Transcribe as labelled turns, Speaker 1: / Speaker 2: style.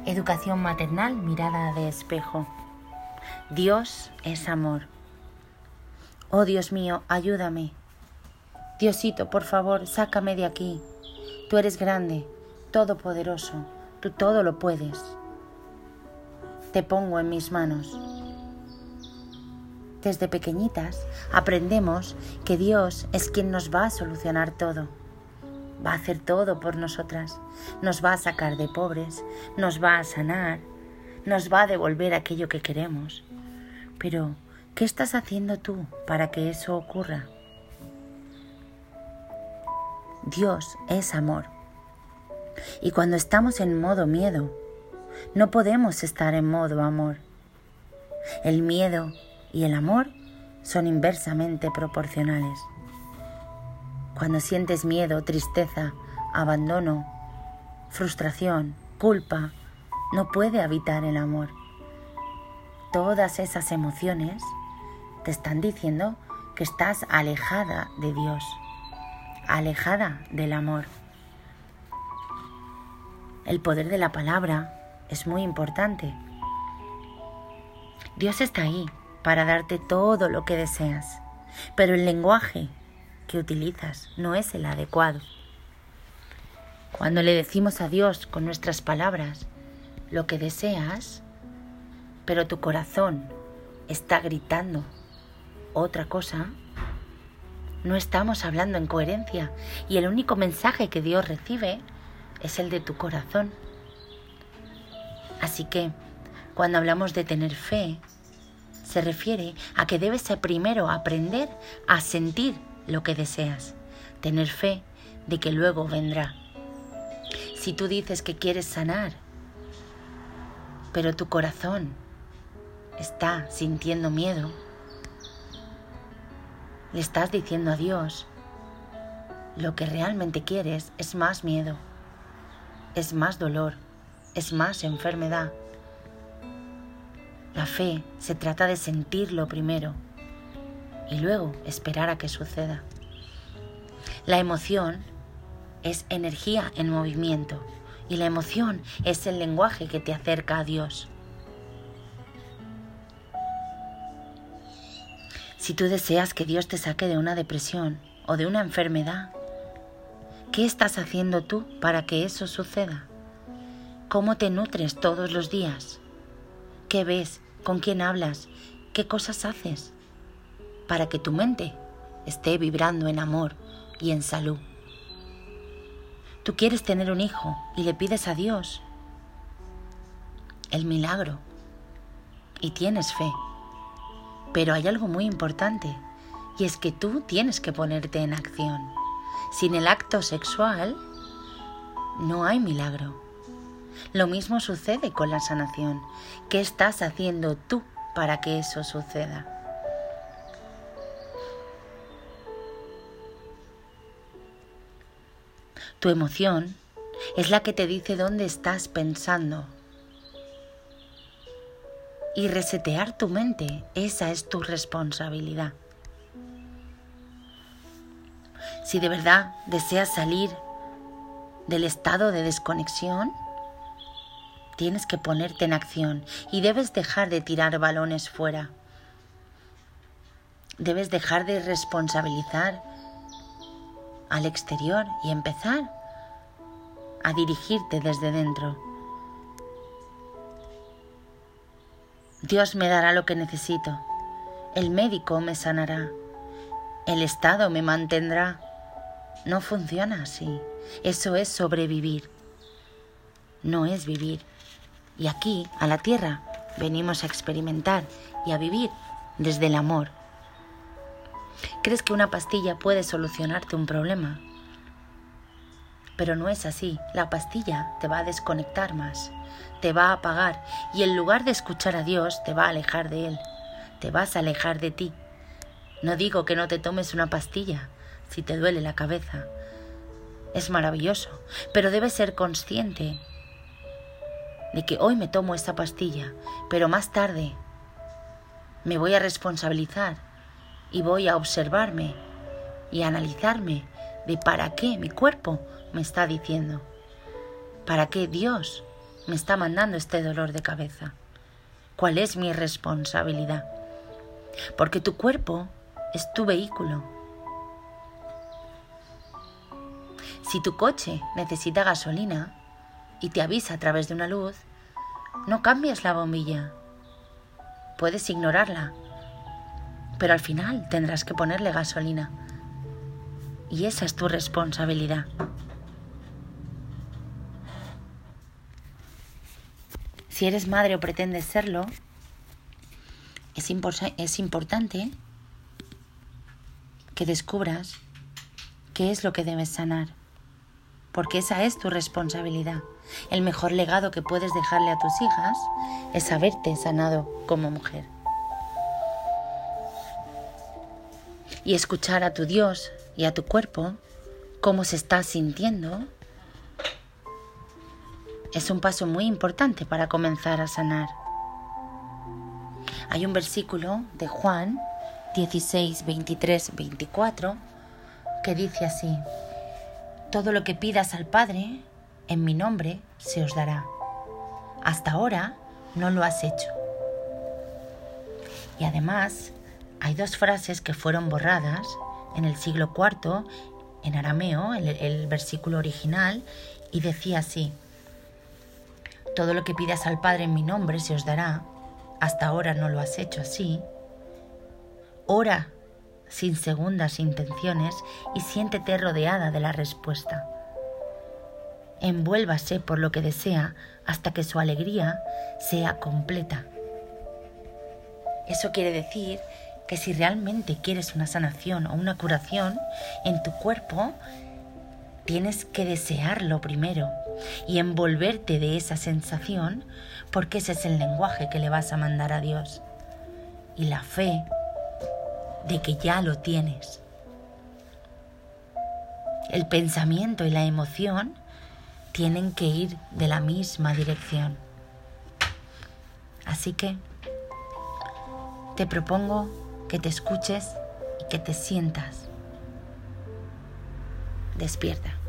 Speaker 1: Educación maternal, mirada de espejo. Dios es amor. Oh Dios mío, ayúdame. Diosito, por favor, sácame de aquí. Tú eres grande, todopoderoso, tú todo lo puedes. Te pongo en mis manos. Desde pequeñitas aprendemos que Dios es quien nos va a solucionar todo. Va a hacer todo por nosotras, nos va a sacar de pobres, nos va a sanar, nos va a devolver aquello que queremos. Pero, ¿qué estás haciendo tú para que eso ocurra? Dios es amor. Y cuando estamos en modo miedo, no podemos estar en modo amor. El miedo y el amor son inversamente proporcionales. Cuando sientes miedo, tristeza, abandono, frustración, culpa, no puede habitar el amor. Todas esas emociones te están diciendo que estás alejada de Dios, alejada del amor. El poder de la palabra es muy importante. Dios está ahí para darte todo lo que deseas, pero el lenguaje que utilizas no es el adecuado. Cuando le decimos a Dios con nuestras palabras lo que deseas, pero tu corazón está gritando otra cosa, no estamos hablando en coherencia y el único mensaje que Dios recibe es el de tu corazón. Así que, cuando hablamos de tener fe, se refiere a que debes primero aprender a sentir lo que deseas, tener fe de que luego vendrá. Si tú dices que quieres sanar, pero tu corazón está sintiendo miedo, le estás diciendo a Dios, lo que realmente quieres es más miedo, es más dolor, es más enfermedad. La fe se trata de sentirlo primero y luego esperar a que suceda. La emoción es energía en movimiento y la emoción es el lenguaje que te acerca a Dios. Si tú deseas que Dios te saque de una depresión o de una enfermedad, ¿qué estás haciendo tú para que eso suceda? ¿Cómo te nutres todos los días? ¿Qué ves? ¿Con quién hablas? ¿Qué cosas haces? Para que tu mente esté vibrando en amor y en salud. Tú quieres tener un hijo y le pides a Dios el milagro y tienes fe. Pero hay algo muy importante y es que tú tienes que ponerte en acción. Sin el acto sexual no hay milagro. Lo mismo sucede con la sanación. ¿Qué estás haciendo tú para que eso suceda? Tu emoción es la que te dice dónde estás pensando. Y resetear tu mente, esa es tu responsabilidad. Si de verdad deseas salir del estado de desconexión, tienes que ponerte en acción y debes dejar de tirar balones fuera. Debes dejar de responsabilizar al exterior y empezar a dirigirte desde dentro. Dios me dará lo que necesito. El médico me sanará. El Estado me mantendrá. No funciona así. Eso es sobrevivir. No es vivir. Y aquí, a la tierra, venimos a experimentar y a vivir desde el amor. ¿Crees que una pastilla puede solucionarte un problema? Pero no es así. La pastilla te va a desconectar más, te va a apagar y en lugar de escuchar a Dios, te va a alejar de Él. Te vas a alejar de ti. No digo que no te tomes una pastilla si te duele la cabeza. Es maravilloso, pero debes ser consciente de que hoy me tomo esta pastilla, pero más tarde me voy a responsabilizar y voy a observarme y a analizarme de para qué mi cuerpo me está diciendo, para qué Dios me está mandando este dolor de cabeza? ¿Cuál es mi responsabilidad? Porque tu cuerpo es tu vehículo. Si tu coche necesita gasolina y te avisa a través de una luz, no cambies la bombilla. Puedes ignorarla, pero al final tendrás que ponerle gasolina. Y esa es tu responsabilidad. Si eres madre o pretendes serlo, es importante que descubras qué es lo que debes sanar, porque esa es tu responsabilidad. El mejor legado que puedes dejarle a tus hijas es haberte sanado como mujer. Y escuchar a tu Dios y a tu cuerpo, cómo se está sintiendo, es un paso muy importante para comenzar a sanar. Hay un versículo de Juan 16, 23, 24 que dice así: todo lo que pidas al Padre en mi nombre se os dará. Hasta ahora no lo has hecho. Y además hay dos frases que fueron borradas en el siglo IV en arameo, el versículo original, y decía así: todo lo que pidas al Padre en mi nombre se os dará. Hasta ahora no lo has hecho así. Ora sin segundas intenciones y siéntete rodeada de la respuesta. Envuélvase por lo que desea hasta que su alegría sea completa. Eso quiere decir que si realmente quieres una sanación o una curación en tu cuerpo, tienes que desearlo primero y envolverte de esa sensación, porque ese es el lenguaje que le vas a mandar a Dios. Y la fe de que ya lo tienes. El pensamiento y la emoción tienen que ir de la misma dirección. Así que te propongo que te escuches y que te sientas despierta.